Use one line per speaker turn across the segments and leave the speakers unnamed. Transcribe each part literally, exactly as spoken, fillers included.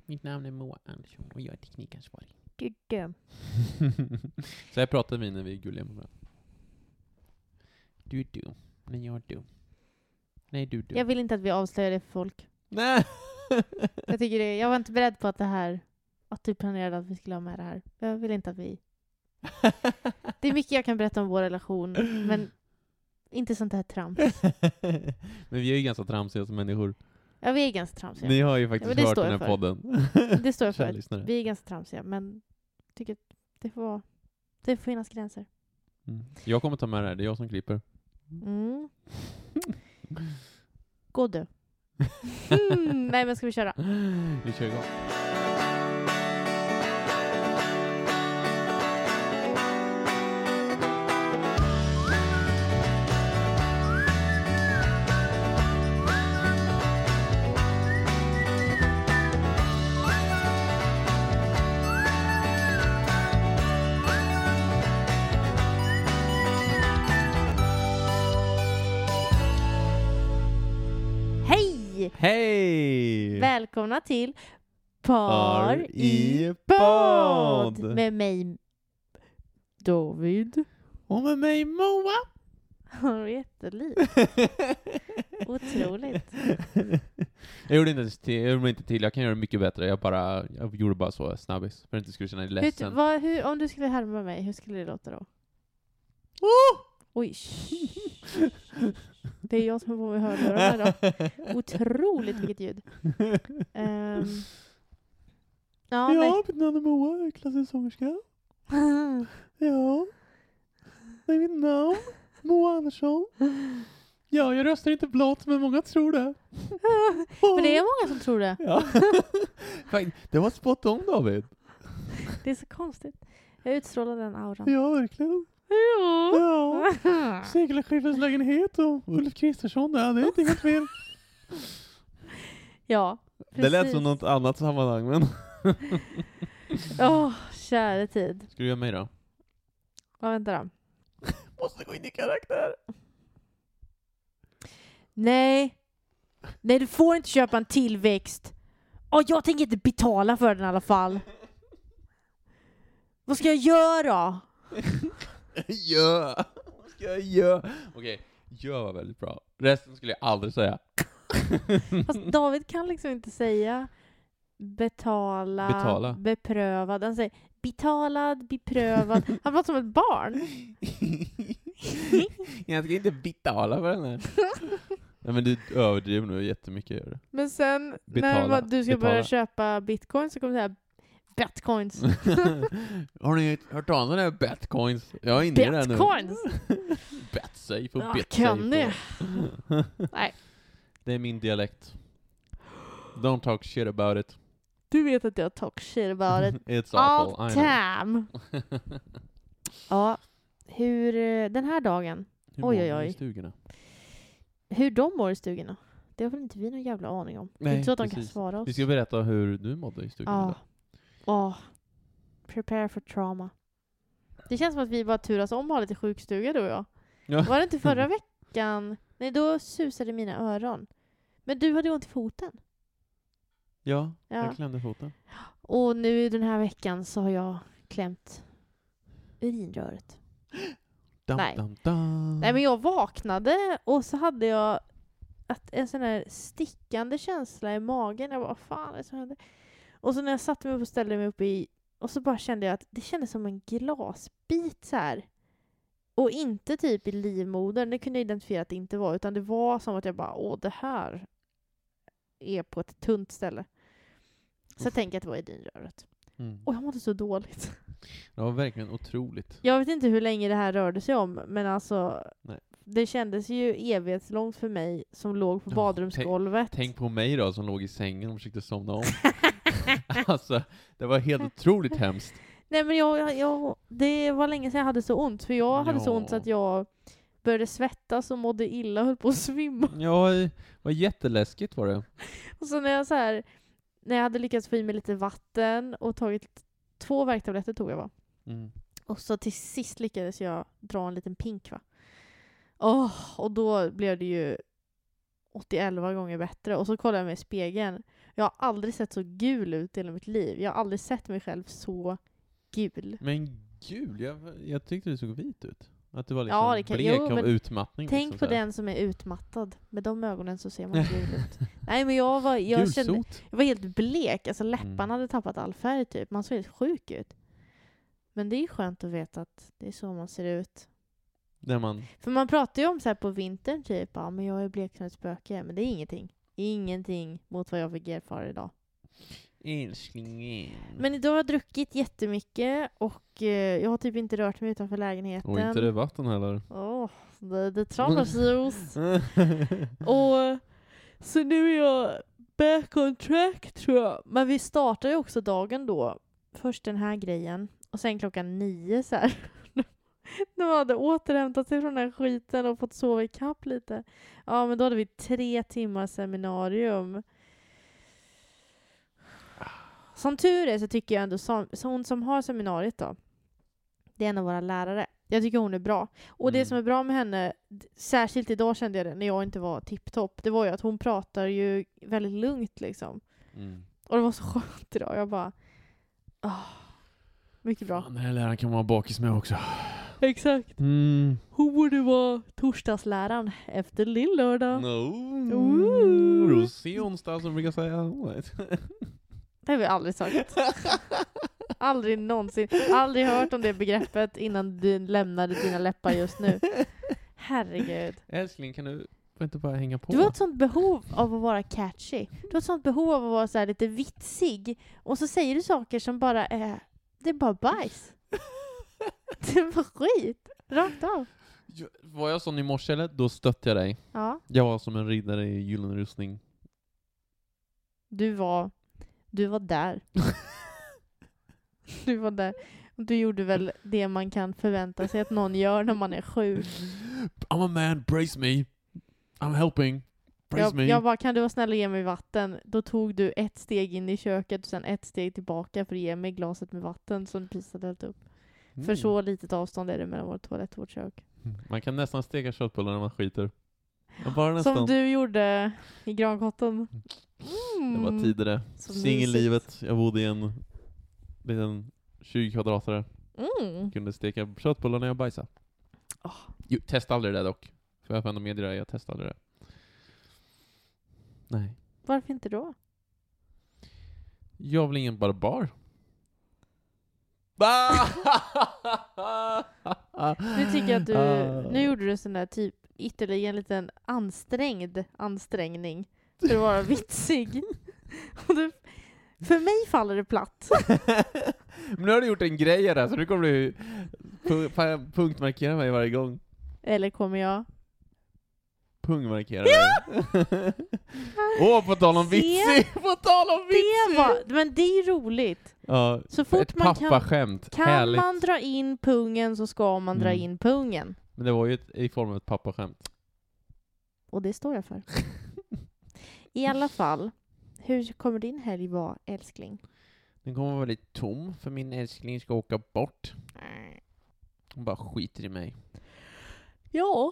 Mitt namn är Moa Andersson och jag är teknikansvarig.
Du är dum.
Så här pratar vi när vi är gulliga med varandra. Du är dum. Nej, jag är dum. Nej, du är dum.
Jag vill inte att vi avslöjar det för folk.
Nej!
Jag tycker det, jag var inte beredd på att det här, att du planerade att vi skulle ha med det här. Jag vill inte att vi... Det är mycket jag kan berätta om vår relation, men inte sånt här trams.
Men vi är ju ganska tramsiga som människor.
Ja, vi är ganska tramsiga.
Ni har ju faktiskt
ja,
hört den här
för.
podden.
Det står jag
Kära
för.
lyssnare.
Vi är ganska tramsiga, men jag tycker att det får vara, det får finnas gränser.
Mm. Jag kommer ta med det här, det är jag som klipper.
Mm. Gå du. Mm, nej, men ska vi köra?
Vi kör igång. Hej!
Välkomna till Par,
Par
i
i
podd
podd.
med mig David.
Och med mig Moa.
Han är jätteliv. Otroligt.
Jag gjorde inte till, jag gjorde inte till. Jag kan göra det mycket bättre. Jag bara jag gjorde bara så snabbis för att inte skulle känna dig ledsen.
Hur, vad, hur, om du skulle härma mig, hur skulle det låta då?
Oh!
Oj. Det är jag som har på mig hörlurarna idag. Otroligt vilket ljud. Um, ja,
Ja, mitt namn är Moa, jag är klassisk sångerska. Ja. Det är mitt namn. Moa Andersson. Ja, jag röstar inte blått, men många tror det.
Men det är många som tror det.
Ja. Det var spot on, David.
Det är så konstigt. Jag utstrålar den auran.
Ja, verkligen.
Ja.
Ja. Segelskifens lägenhet och Ulf Kristersson, det är inte helt fel.
Ja, precis.
Det lät som något annat sammanhang, men...
Åh, oh, kära tid.
Ska du göra mig då?
Ja, vänta då.
Måste gå in i karaktär.
Nej. Nej, du får inte köpa en tillväxt. Och jag tänker inte betala för den i alla fall. Vad ska jag göra?
Ja. Vad ska jag göra? Okej, gör var väldigt bra. Resten skulle jag aldrig säga.
Fast David kan liksom inte säga betala,
Betala.
beprövad. Han säger betalad, beprövad. Han var som ett barn.
Jag ska inte betala för den här. Nej, men du överdriver nu jättemycket. Gör det.
Men sen
Betala.
när du ska
Betala.
börja köpa bitcoin så kommer det här bitcoins.
Har ni hört talas om det här Bitcoins? Jag är inne i det här nu.
Bitcoins!
Betsafe och
Ja,
bitsafe.
kan ni?
och-
Nej.
Det är min dialekt. Don't talk shit about it.
Du vet att jag talk shit about it
It's
all
awful. I know.
time. Ja, hur eh, den här dagen,
Hur
Oj,
mår
oj,
ni
oj.
i stugorna?
hur de mår i stugorna, det har väl inte vi någon jävla aning om. Det är
Nej,
inte så att de kan
precis.
svara oss.
Vi ska berätta hur du mådde i stugan
Ja.
idag.
Åh, prepare for trauma. Det känns som att vi bara turas om att ha lite sjukstuga, du och jag.
Ja.
Var det inte förra veckan? Nej, då susade mina öron. Men du hade ont i foten.
Ja,
Ja.
jag klämde foten.
Och nu den här veckan så har jag klämt urinröret.
Dum,
Nej.
Dum, dum.
Nej, men jag vaknade och så hade jag att en sån här stickande känsla i magen. Jag bara, vad fan är det som händer? Och så när jag satte mig upp och ställde mig upp i, och så bara kände jag att det kändes som en glasbit så här. Och inte typ i livmodern. Det kunde jag identifiera att det inte var. Utan det var som att jag bara, åh, det här är på ett tunt ställe. Så jag tänker att det var i urinröret.
Mm.
Och jag mådde så dåligt.
Det var verkligen otroligt.
Jag vet inte hur länge det här rörde sig om, men alltså
Nej.
det kändes ju evighetslångt för mig som låg på
Ja,
badrumsgolvet.
Tänk på mig då som låg i sängen och försökte somna om. Alltså, det var helt otroligt hemskt.
Nej, men jag, jag, jag, det var länge sedan jag hade så ont, för jag hade så
Ja.
ont så att jag började svettas och mådde illa och höll på att svimma.
Ja, det var jätteläskigt var det.
Och så när jag så här, när jag hade lyckats få i mig lite vatten och tagit två värktabletter tog jag va.
Mm.
Och så till sist lyckades jag dra en liten pink va. Oh, och då blev det ju åttioelva gånger bättre. Och så kollade jag mig i spegeln. Jag har aldrig sett så gul ut i hela mitt liv. Jag har aldrig sett mig själv så gul.
Men gul, jag, jag tyckte du såg vit ut. Att du var liksom
Ja, det kan-
blek
jo,
av
men
utmattning.
Tänk
liksom,
på
så här.
den som är utmattad. Med de ögonen så ser man gul ut. Nej, men jag var, jag kände,
Gulsot.
jag var helt blek. Alltså läpparna
Mm.
hade tappat all färg typ. Man såg helt sjuk ut. Men det är skönt att veta att det är så man ser ut.
Där man...
För man pratar ju om så här på vintern typ. Ja, men jag är blek som ett spöke. Men det är ingenting. Ingenting mot vad jag fick erfara idag.
Älsklingen.
Men idag har jag druckit jättemycket. Och eh, jag har typ inte rört mig utanför lägenheten.
Och inte det vatten heller.
Åh, det, det travers juice. Och så nu är jag back on track tror jag. Men vi startar ju också dagen då. Först den här grejen. Och sen klockan nio så här. När man hade återhämtat sig från den här skiten och fått sova i kapp lite. Ja, men då hade vi tre timmar seminarium. Som tur är så tycker jag ändå som, så hon som har seminariet då. Det är en av våra lärare. Jag tycker hon är bra. Och det
Mm.
som är bra med henne, d- särskilt idag kände jag det, när jag inte var tipptopp, det var ju att hon pratar ju väldigt lugnt liksom.
Mm.
Och det var så skönt idag. Jag bara, ah, mycket bra.
Fan, den här läraren kan vara bakis med också.
Exakt.
Mm.
Hon borde vara torsdagsläraren efter lillördag.
No.
Ooh.
Rosig onsdag som brukar säga.
Det har vi aldrig sagt. Aldrig någonsin. Aldrig hört om det begreppet innan du lämnade dina läppar just nu. Herregud.
Älskling, kan du inte bara hänga på?
Du har ett sånt behov av att vara catchy. Du har ett sånt behov av att vara så här lite vitsig. Och så säger du saker som bara är... Det är bara bajs. Det är bara skit. Rakt av.
Ja, var jag sån i morse eller? Då stötte jag dig.
Ja.
Jag var som en riddare i gyllene rustning.
Du var... Du var där. Du var där. Och du gjorde väl det man kan förvänta sig att någon gör när man är sjuk.
I'm a man, brace me. I'm helping. Brace
Jag,
me.
jag bara, kan du vara snäll och ge mig vatten? Då tog du ett steg in i köket och sen ett steg tillbaka för att ge mig glaset med vatten som du precis hade hällt upp.
Mm.
För så litet avstånd är det mellan vår toalett och vårt kök.
Man kan nästan steka köttbullar när man skiter. Men bara nästan.
Som du gjorde i Grankotton. Mm.
Det var tidigare.
Så
Singellivet. Jag bodde i en liten tjugo kvadratare.
Mm.
Kunde steka köttbullar när jag bajsade.
Oh.
Jo, testa aldrig det där dock. För jag får ändå meddela det. Jag testade aldrig det. Nej.
Varför inte då?
Jag vill ingen barbar.
Nu tycker jag att du...
Ah.
Nu gjorde du sån där typ ytterligare en liten ansträngd ansträngning för att vara vitsig. Och du, för mig faller det platt.
Men nu har du gjort en grej där, så nu kommer du pu- pa- punktmarkera mig varje gång.
Eller kommer jag?
Punktmarkera dig. Åh, oh, på tal om
Se.
vitsig! På tal om
Det
vitsig!
var, men det är ju roligt.
Ja,
Så fort
ett
man kan,
pappaskämt.
kan
Härligt.
man dra in pungen så ska man dra
Mm.
in pungen.
Men det var ju ett, i form av ett pappaskämt.
Och det står jag för. I alla fall, hur kommer din helg vara, älskling?
Den kommer vara väldigt tom, för min älskling ska åka bort. Hon bara skiter i mig.
Ja.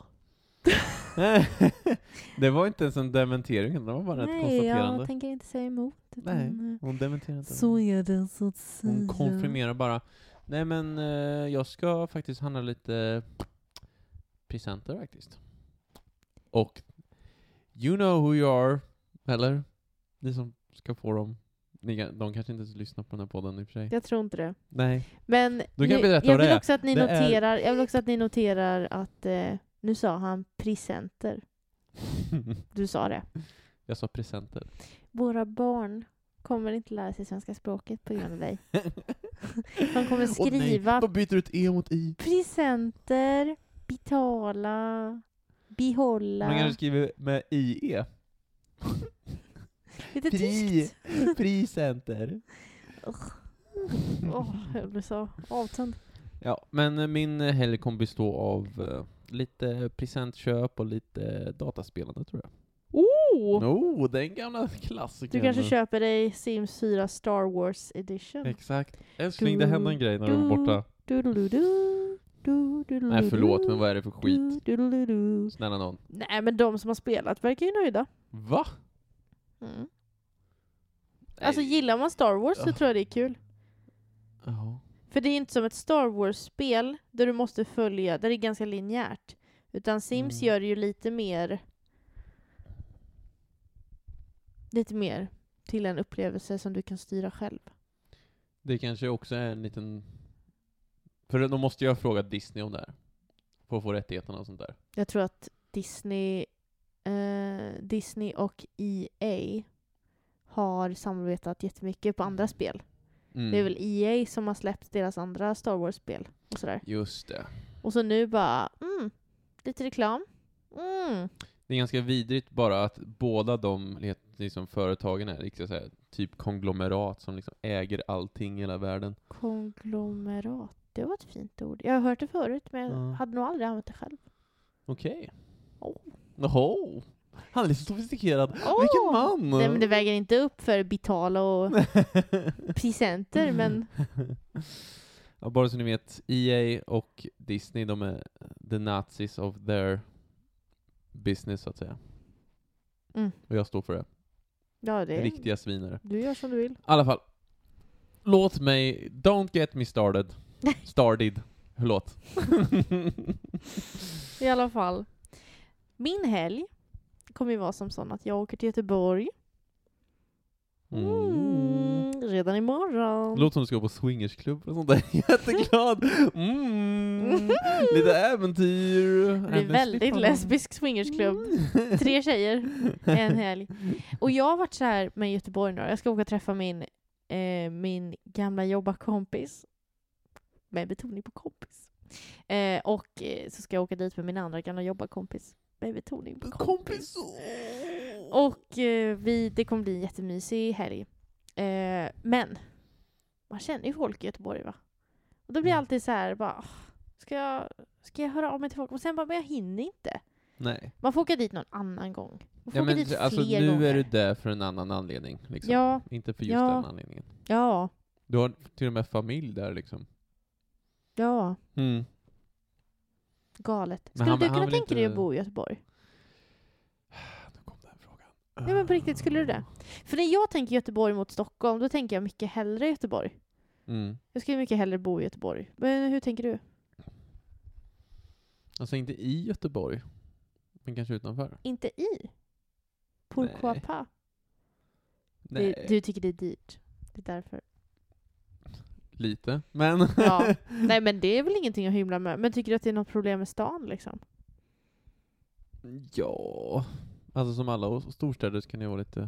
Det var inte ens en dementering, det var bara ett
Nej,
konstaterande.
jag tänker inte säga emot. Utan,
Nej, hon dementerar inte.
så är det så att säga.
Hon konfirmerar bara. Nej men eh, jag ska faktiskt handla lite presenter faktiskt. Och you know who you are, eller? Ni som ska få dem. Ni, kan- de kanske inte lyssnar på den här podden i och för sig.
Jag tror inte det.
Nej.
Men
Då kan
nu,
jag berätta
jag
vad det
vill
är.
också att ni
Det är-
noterar, jag vill också att ni noterar att eh, nu sa han presenter. Du sa det.
Jag sa presenter.
Våra barn kommer inte lära sig svenska språket på grund av dig. De kommer
Åh, nej,
skriva
de byter ut e mot i.
presenter, betala, behålla.
Man kanske skriver med i e.
Lite
Pri,
tyskt.
presenter.
Åh, jag blir så avtänd.
Ja, men eh, min helg kommer bestå av eh, lite presentköp och lite dataspelande tror jag.
Oh!
Oh, den gamla klassikern.
Du kanske köper dig Sims fyra Star Wars edition.
Exakt. Älskling, det hände en grej när de var borta.
Du-du-du-du, du-du-du-du,
Nej, förlåt, men vad är det för skit?
du-du-du-du.
Snälla någon.
Nej, men de som har spelat verkar ju nöjda.
Va?
Mm. Alltså gillar man Star Wars så
Ja.
tror jag det är kul.
Ja.
För det är inte som ett Star Wars-spel där du måste följa, där det är ganska linjärt. Utan Sims
Mm.
gör det ju lite mer lite mer till en upplevelse som du kan styra själv.
Det kanske också är en liten... För då måste jag fråga Disney om det här. För att få rättigheterna och sånt där.
Jag tror att Disney eh, Disney och E A har samarbetat jättemycket på andra spel.
Mm.
Det är väl E A som har släppt deras andra Star Wars-spel och sådär.
Just det.
Och så nu bara, mm, lite reklam. Mm.
Det är ganska vidrigt bara att båda de liksom, företagen är liksom, så här, typ konglomerat som liksom äger allting i hela världen.
Konglomerat, det var ett fint ord. Jag har hört det förut, men jag
Ja.
hade nog aldrig använt det själv.
Okej.
Oh.
Jaha. Han är lite sofistikerad.
Åh!
Vilken man!
Nej, men det väger inte upp för Bitala och presenter, men
Ja, bara så ni vet, E A och Disney, de är the nazis of their business, så att säga.
mm.
Och jag står för det.
Ja, det är,
Riktiga svinare.
du gör som du vill.
I alla fall. Låt mig... Don't get me started. Started. Förlåt.
I alla fall. Min helg kommer ju vara som sån att jag åker till Göteborg. Mm. Redan imorgon.
Låter som du ska gå på swingersklubb och sånt där. Jätteglad. Mm. Lite äventyr.
Det är väldigt lesbisk swingersklubb.
Mm.
Tre tjejer, en helg. Och jag har varit så här med Göteborg nu. Jag ska åka och träffa min, eh, min gamla jobbarkompis. Med betoning på kompis. Eh, och eh, så ska jag åka dit med min andra gamla jobbarkompis. Med betoning på kompis.
Kompis.
Och eh, vi, det kommer bli en jättemysig helg. Eh, men man känner ju folk i Göteborg, va? Och då blir jag
Mm.
alltid så här, bara, ska jag, ska jag höra av mig till folk? Och sen bara, men jag hinner inte.
Nej.
Man får åka dit någon annan gång. Man får
Ja,
åka
men
dit
alltså
fler
nu
gånger.
är du där för en annan anledning. Liksom.
Ja.
Inte för just
Ja.
den anledningen.
Ja,
Du har till och med familj där liksom.
ja,
Mm.
galet.
Men
Skulle
han-
du
han
kunna
vill
tänka dig
inte-
att bo i Göteborg?
Nu kom den frågan.
Nej, men på riktigt, skulle du det? För när jag tänker Göteborg mot Stockholm, då tänker jag mycket hellre Göteborg.
Mm.
Jag skulle mycket hellre bo i Göteborg. Men hur tänker du?
Alltså inte i Göteborg. Men kanske utanför.
Inte i? Pourquoi
Nej.
pas?
Nej,
Det, du tycker det är dyrt. Det är därför.
lite. Men...
Ja. Nej, men det är väl ingenting att hymla med. Men tycker du att det är något problem med stan liksom?
ja. Alltså som alla o- storstäder så kan det vara lite...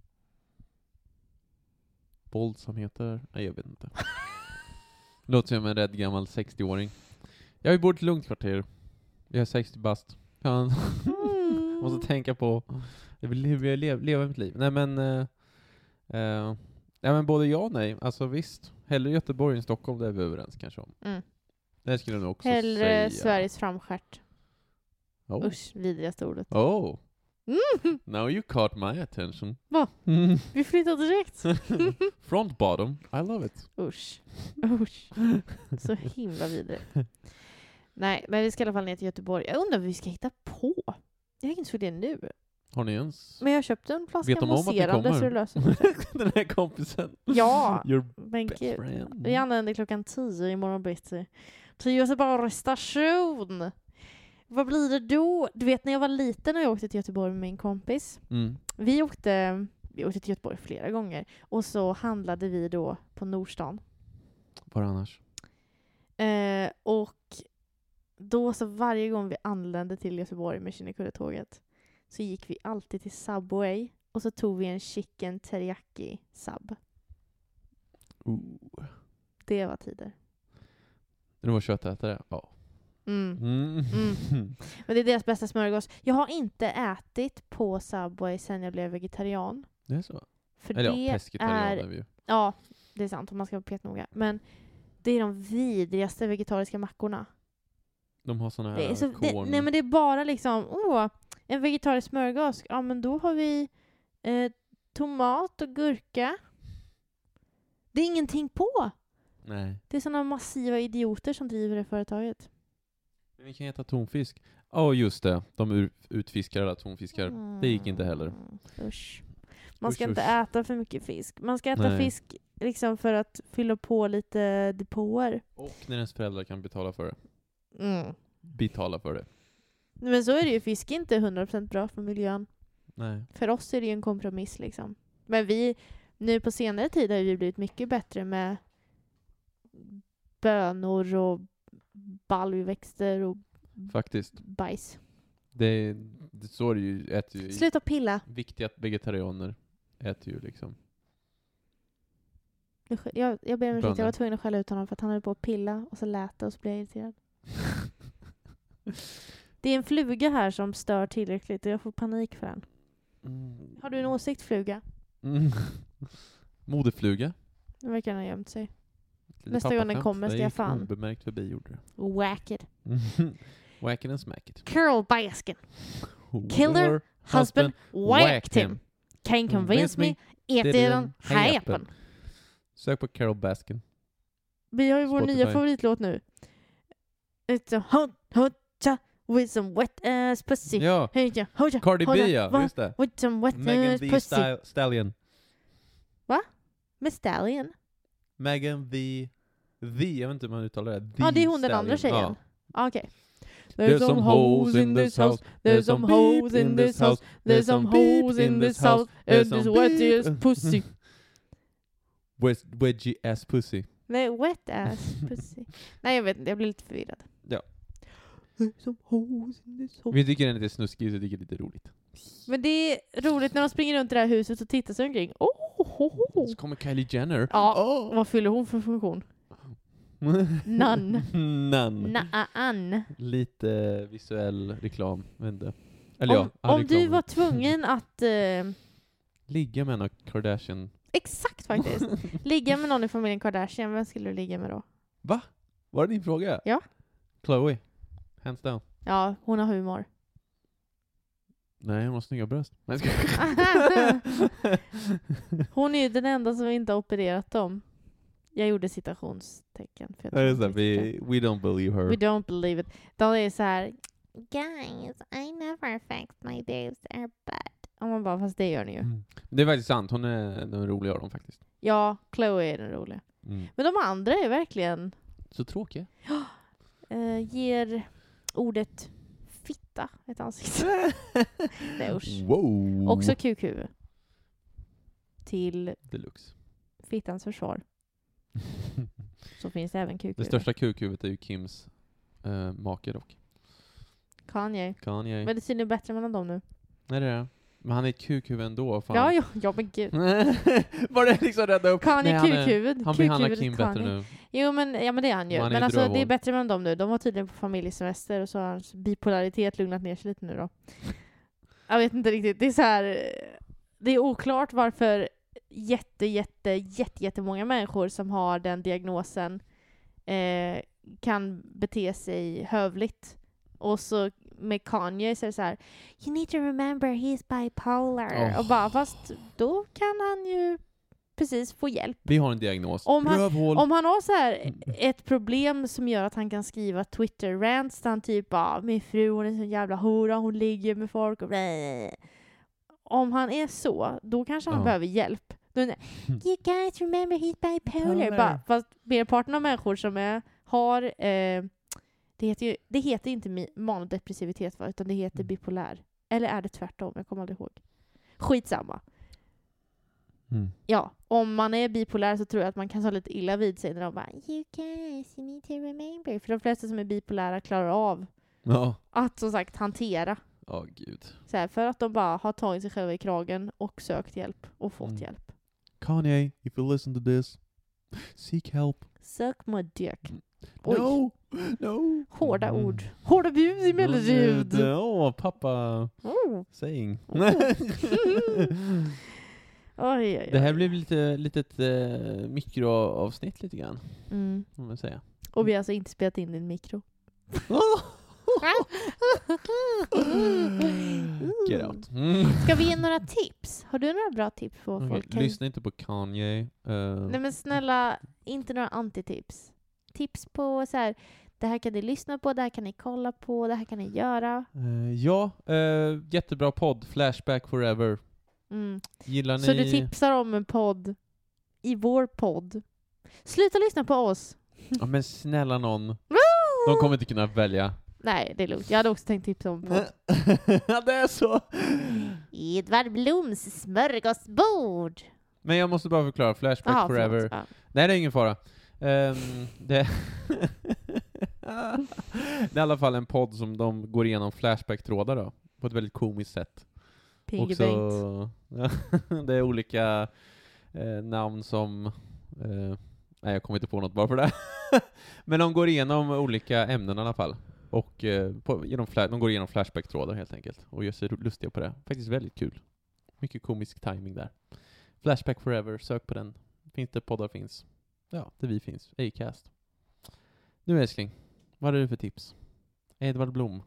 våldsamheter. Nej, jag vet inte. Låter som en rädd gammal sextio-åring. Jag har ju bott i ett lugnt kvarter. Jag är sextio bast. Ja.
Mm.
Måste tänka på jag vill leva, leva, leva mitt liv. Nej men uh, uh, ja, men både ja och nej. Alltså visst. Hellre Göteborg än Stockholm, det är vi överens kanske om.
Mm.
Det skulle jag nog också
Hellre
säga.
Sveriges framstjärt.
Oh.
Usch, vidrigaste ordet.
Oh.
Mm.
Now you caught my attention.
Va? Vi flyttar direkt.
Front bottom. I love it.
Usch. Usch. Så himla vidrigt. Nej, men vi ska i alla fall ner till Göteborg. Jag undrar vad vi ska hitta på. Jag har inte för det nu.
Har ni ens
Men jag köpte en flaska
Vet de om att ni
mousserande
kommer?
så det löser sig.
den här kompisen?
Ja,
Your
men
best
gud.
friend.
Vi anländer klockan tio imorgon bitti. Till Göteborg station. Vad blir det då? Du vet när jag var liten och jag åkte till Göteborg med min kompis.
Mm.
Vi åkte, vi åkte till Göteborg flera gånger. Och så handlade vi då på Nordstan.
Var annars?
Eh, och då så varje gång vi anlände till Göteborg med Kinnekulle-tåget så gick vi alltid till Subway och så tog vi en chicken teriyaki sub.
Ooh.
Det var tider.
Du var köttätare? Ja.
Mm.
Mm.
Mm. Men det är deras bästa smörgås. Jag har inte ätit på Subway sen jag blev vegetarian.
Det är så?
För
Eller
det
ja, pescetarian är
är...
vi ju.
Ja, det är sant om man ska vara petnoga. Men det är de vidrigaste vegetariska mackorna.
De har såna här
Det är så, det,
korn.
nej men det är bara liksom, åh, en vegetarisk smörgås. Ja men då har vi eh, tomat och gurka. Det är ingenting på.
Nej.
Det är såna massiva idioter som driver det företaget.
Men vi kan äta tonfisk. Ja, oh, just det. De ur- utfiskar alla tonfiskar. Det gick inte heller.
Mm, usch. Man ska
Usch,
inte
usch.
äta för mycket fisk. Man ska äta
Nej.
fisk liksom för att fylla på lite depåer.
Och när ens föräldrar kan betala för det.
Mm.
Betala för det.
Men så är det ju. Fisk är inte hundra procent bra för miljön.
Nej.
För oss är det ju en kompromiss liksom. Men vi, nu på senare tid har vi blivit mycket bättre med bönor och baljväxter och
Faktiskt.
bajs.
Det, det så är det ju. Äter ju
Sluta pilla.
viktiga vegetarianer äter ju liksom.
Jag, jag, jag ber om ursäkt,
Bönor.
jag var tvungen att skälla ut honom för att han höll på att pilla och så lät det och så blev jag irriterad. Det är en fluga här som stör tillräckligt och jag får panik för den.
Mm.
Har du en åsikt, fluga?
Mm. Modefluga.
Den verkar ha gömt sig.
Lite
Nästa gång den
pappaskämt.
kommer ska
Det
jag
gick
fan-
obemärkt förbi gjorde det.
Whack it.
Whack it and smack it.
Carol Baskin. Killer husband whacked him. Can't convince me. It didn't happen.
Sök på Carol Baskin.
Vi har ju vår
Spotify.
nya favoritlåt nu. It's a hot, hot cha with some wet ass pussy.
Ja,
Hey, ja, hoja,
Cardi B
hoja,
ja,
va?
just det.
With some wet
Megan
ass
Thee
pussy.
Sta- Stallion.
Med Stallion.
Megan Thee... Thee, jag vet inte hur man uttalar det.
Ja,
The
det är hon den andra
Stallion.
tjejen. Ah, Okej.
There's some hoes in this house.
There's some hoes in this house. There's some hoes in this house. And this wet ass pussy.
Wet- Wedgie ass pussy.
Nej, wet ass pussy. Nej, jag vet inte. Jag blir lite förvirrad.
Ja.
There's some hoes in this house.
Vi tycker den är lite snuskig så vi tycker det är lite roligt.
Men det är roligt när de springer runt i det här huset och tittar sig omkring. Oh, ho, ho.
Så kommer Kylie Jenner.
Ja,
Oh.
vad fyller hon för funktion? None.
None.
Na-an.
Lite visuell reklam, vet inte. Eller
Om,
ja, all
om du
reklam.
var tvungen att... Eh,
Ligga med en av Kardashian.
exakt faktiskt. Ligga med någon i familjen Kardashian, vem skulle du ligga med då?
Va? Var det din fråga?
Ja.
Chloe. Hands down.
Ja, hon har humor.
Nej, hon har snygga bröst. Nej, jag skojar.
Hon är ju den enda som inte har opererat dem. Jag gjorde citationstecken. För jag
Det
tror
är
inte
så här, vi,
riktigt
we don't believe
det.
her.
We don't believe it. De är så här. Guys, I never faxed my babes their butt. Och man bara, fast det gör ni ju.
Mm. Det är faktiskt sant. Hon är den roliga av dem faktiskt.
Ja, Chloe är den roliga.
Mm.
Men de andra är verkligen...
Så tråkiga.
eh, ger ordet fitta ett ansikte. Nej, usch.
Wow.
Också kukhuvud. Till
Deluxe.
fittans försvar. Så finns det även
Det
kukhuvud.
största kukhuvudet är ju Kims uh, make dock.
Kanye.
Kanye.
Men det ser nu bättre mellan dem nu.
Nej, det är det. Men han är ett kukhuvud ändå. Fan.
Ja, ja, ja, men gud.
Var det liksom rädda upp?
Kanye
Nej, han är-
kukhuvud.
Han behandlar
Kukhuvudet
Kim bättre
Kanye.
nu.
Jo, men, ja, men det är han ju.
Man är
Men
ett
alltså, det är
rövhål.
bättre mellan dem nu. De var tydligen på familjesemester och så har hans bipolaritet lugnat ner sig lite nu då. Jag vet inte riktigt. Det är så här... Det är oklart varför jätte, jätte, jätte, jättemånga människor som har den diagnosen eh, kan bete sig hövligt. Och så med Kanye så är det så här: you need to remember he's bipolar.
Oh.
Och bara, fast då kan han ju precis få hjälp.
Vi har en diagnos.
Om han-
Rövhål.
Om han har så här ett problem som gör att han kan skriva Twitter-rants där han typ bara, min fru hon är så jävla hora, hon ligger med folk och blä. Om han är så, då kanske han
Ja.
behöver hjälp. Då är det, you guys remember he's bipolar.
Bipolar.
Bara, fast merparten av människor som är, har eh, det heter ju, det heter inte mi- manodepressivitet va, utan det heter
Mm.
bipolär. Eller är det tvärtom? Jag kommer aldrig ihåg. Skitsamma.
Mm.
Ja, om man är bipolär så tror jag att man kan ta lite illa vid sig när de bara, you guys, you need to remember. För de flesta som är bipolära klarar av
Ja.
att som sagt hantera.
Ja, gud.
Så här, för att de bara har tagit sig själva i kragen och sökt hjälp och fått
Mm.
hjälp.
Kanye, if you listen to this, seek help.
Sök my dick. Oj.
No, no.
Hårda
Mm.
ord. Hårda bud emellertid.
Åh, pappa
Oh.
saying.
Oj, oj, oj.
Det här blev lite litet uh, mikroavsnitt lite grann,
Mm.
om man säga.
Och vi har alltså inte spelat in i en mikro.
Get out. Mm.
Ska vi ge några tips? Har du några bra tips på vad
Okej,
folk kan...
lyssna inte på Kanye. Uh,
Nej men snälla, inte några antitips. Tips på så här, det här kan ni lyssna på, det här kan ni kolla på, det här kan ni göra.
eh, ja, eh, jättebra podd. Flashback Forever.
Mm.
Gillar ni...
Så du tipsar om en podd i vår podd. Sluta lyssna på oss.
Ja, men snälla någon. De kommer inte kunna välja.
Nej, det är lugnt. Jag hade också tänkt tipsa om en podd.
Ja, det är så.
Edvard Bloms smörgåsbord.
Men jag måste bara förklara. Flashback
Aha,
Forever.
förlåt. Ja.
Nej, det är ingen fara. Um, det... det är i alla fall en podd som de går igenom Flashback-trådar då. På ett väldigt komiskt sätt.
Piggy
Också,
Bengt.
det är olika eh, namn som... Eh, nej, jag kommer inte på något bara för det. Men de går igenom olika ämnen i alla fall. Och eh, på, genom fla- de går igenom Flashback-trådar helt enkelt. Och gör sig lustiga på det. Faktiskt väldigt kul. Mycket komisk timing där. Flashback Forever, sök på den. Finns det poddar finns. Ja, där vi finns. Acast. Nu älskling, vad är det för tips? Edvard Blom.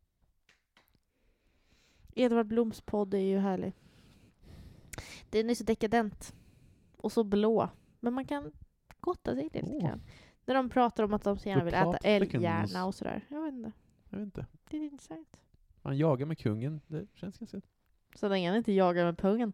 Edvard Bloms podd är ju härlig. Den är så dekadent. Och så blå. Men man kan gotta sig lite
Åh.
grann. När de pratar om att de så gärna
The
vill äta
plot
älghjärna
thickens.
och sådär. Jag vet inte.
Jag vet inte.
Det är intressant.
Han jagar med kungen. Det känns ganska...
Så länge han inte jagar med pungen.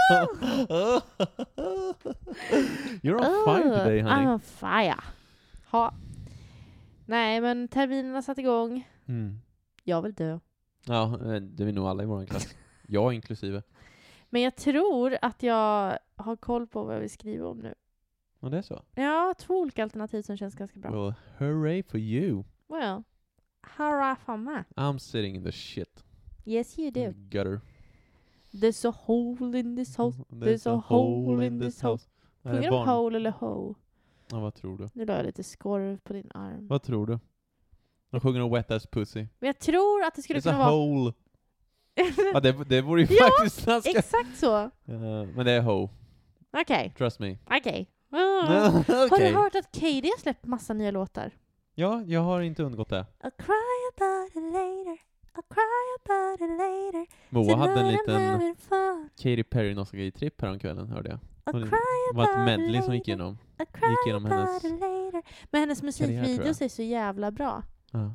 You're on fire today, honey.
I'm on fire. Ha. Nej, men terminerna satt igång.
Mm.
Jag vill dö.
Ja, det är vi nog alla i vår klass. Jag inklusive.
Men jag tror att jag har koll på vad jag vill skriva om nu.
Ja, det är så.
Jag har två olika alternativ som känns ganska bra.
Well, hooray for you.
Well, hurra for me.
I'm sitting in the shit.
Yes, you do.
Gutter.
There's a hole in this house. There's a hole in this house.
Nej, det
Sjunger
är
de
barn.
hole eller ho?
Ja, vad tror du?
Nu la jag lite skorv på din arm.
Vad tror du? De sjunger om wet ass pussy.
Men jag tror att det skulle
It's
kunna
a
vara...
hole. Ja, det, det vore ju
Ja,
faktiskt ganska...
Exakt så.
Uh, men det är ho.
Okej,
Trust me.
okej. Ah. Har du
Okej.
hört att Katie har släppt massa nya låtar?
Ja, jag har inte undgått det.
I'll cry about it later. I'll cry about it later.
Moa hade en
Tonight I'm
liten
having fun.
Katy Perry nostalgi-tripp häromkvällen, hörde jag.
I'll
Det
cry
var ett
about it
medley som gick
later.
igenom.
I'll cry
gick igenom
about
hennes
it later. Men hennes musikvideos är så jävla bra.
Ja.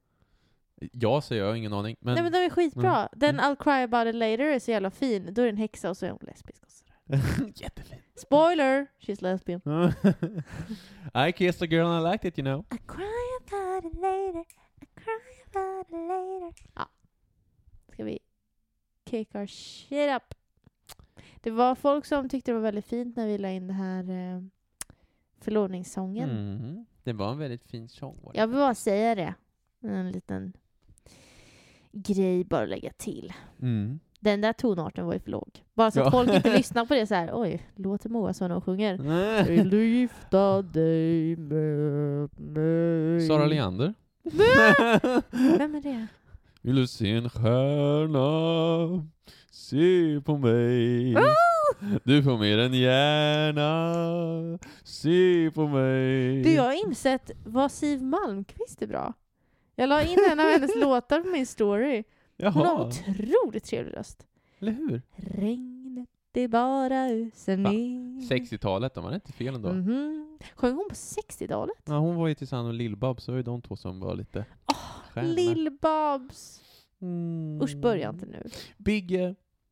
Ja, så jag har ingen aning. Men...
Nej men de är skitbra.
Mm.
Den
Mm.
I'll cry about it later är så jävla fin. Då är det en häxa och så är hon lesbisk och sådär.
Jättefin.
Spoiler! She's lesbian.
I kissed a girl and I liked it, you know.
I cry about it later. I cry about it later. Ja. Ska vi kick our shit up. Det var folk som tyckte det var väldigt fint när vi la in det här eh, förlovningssången.
Mm. Det var en väldigt fin sång. var det?
Jag vill bara säga det. En liten grej bara att lägga till.
Mm.
Den där tonarten var ju för låg. Bara så
Ja.
att folk inte lyssnar på det så här. Oj, låter Moa så när hon sjunger.
Nej.
Vill du gifta dig med mig?
Sara Leander.
Vem är det?
Vill du se en stjärna? Se på mig. Du får mer än gärna. Se på mig.
Du, jag har insett vad Siv Malmkvist är bra. Jag la in en av hennes låtar på min story. Hon har
Jaha.
otroligt trevlig röst.
Eller hur?
Regnet det bara öser
Va?
ner.
sextiotalet, de var inte fel ändå.
Mhm. Sjöng hon på sextiotalet?
Ja, hon var ju tillsammans med Lill-Babs, så var ju de två som var lite stjärnor.
Lill-Babs.
Mm.
Usch, börja inte nu.
Bigge,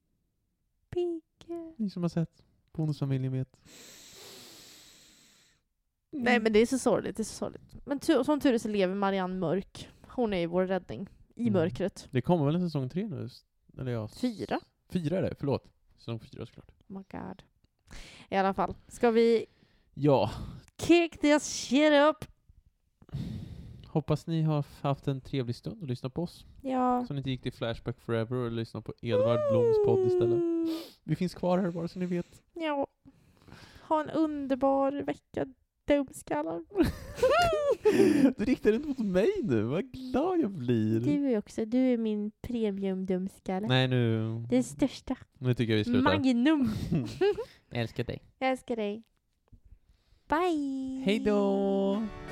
Pigge.
ni som har sett Bonusfamiljen vet. Mm.
Nej, men det är så sorgligt. Det är så sorgligt. Men tu- som tur är så lever Marianne Mörk. Hon är ju vår räddning. I
Mm.
mörkret.
Det kommer väl en säsong tre nu? Eller ja, s-
Fyra.
Fyra är det, förlåt. Säsong fyra såklart.
Oh my god. I alla fall. Ska vi
Ja,
kick this shit up?
hoppas ni har haft en trevlig stund och lyssnat på oss.
Ja.
Så ni inte gick till Flashback Forever och lyssnade på Edvard Bloms podd istället. Vi finns kvar här bara så ni vet.
Ja. Ha en underbar vecka, dumskallar.
Du riktar inte mot mig nu, vad glad jag blir.
Du är också. Du är min premium dumskalle.
Nej, nu,
Det största.
nu tycker jag vi slutar.
Magnum.
Jag älskar dig.
Jag älskar dig. Bye.
Hej då!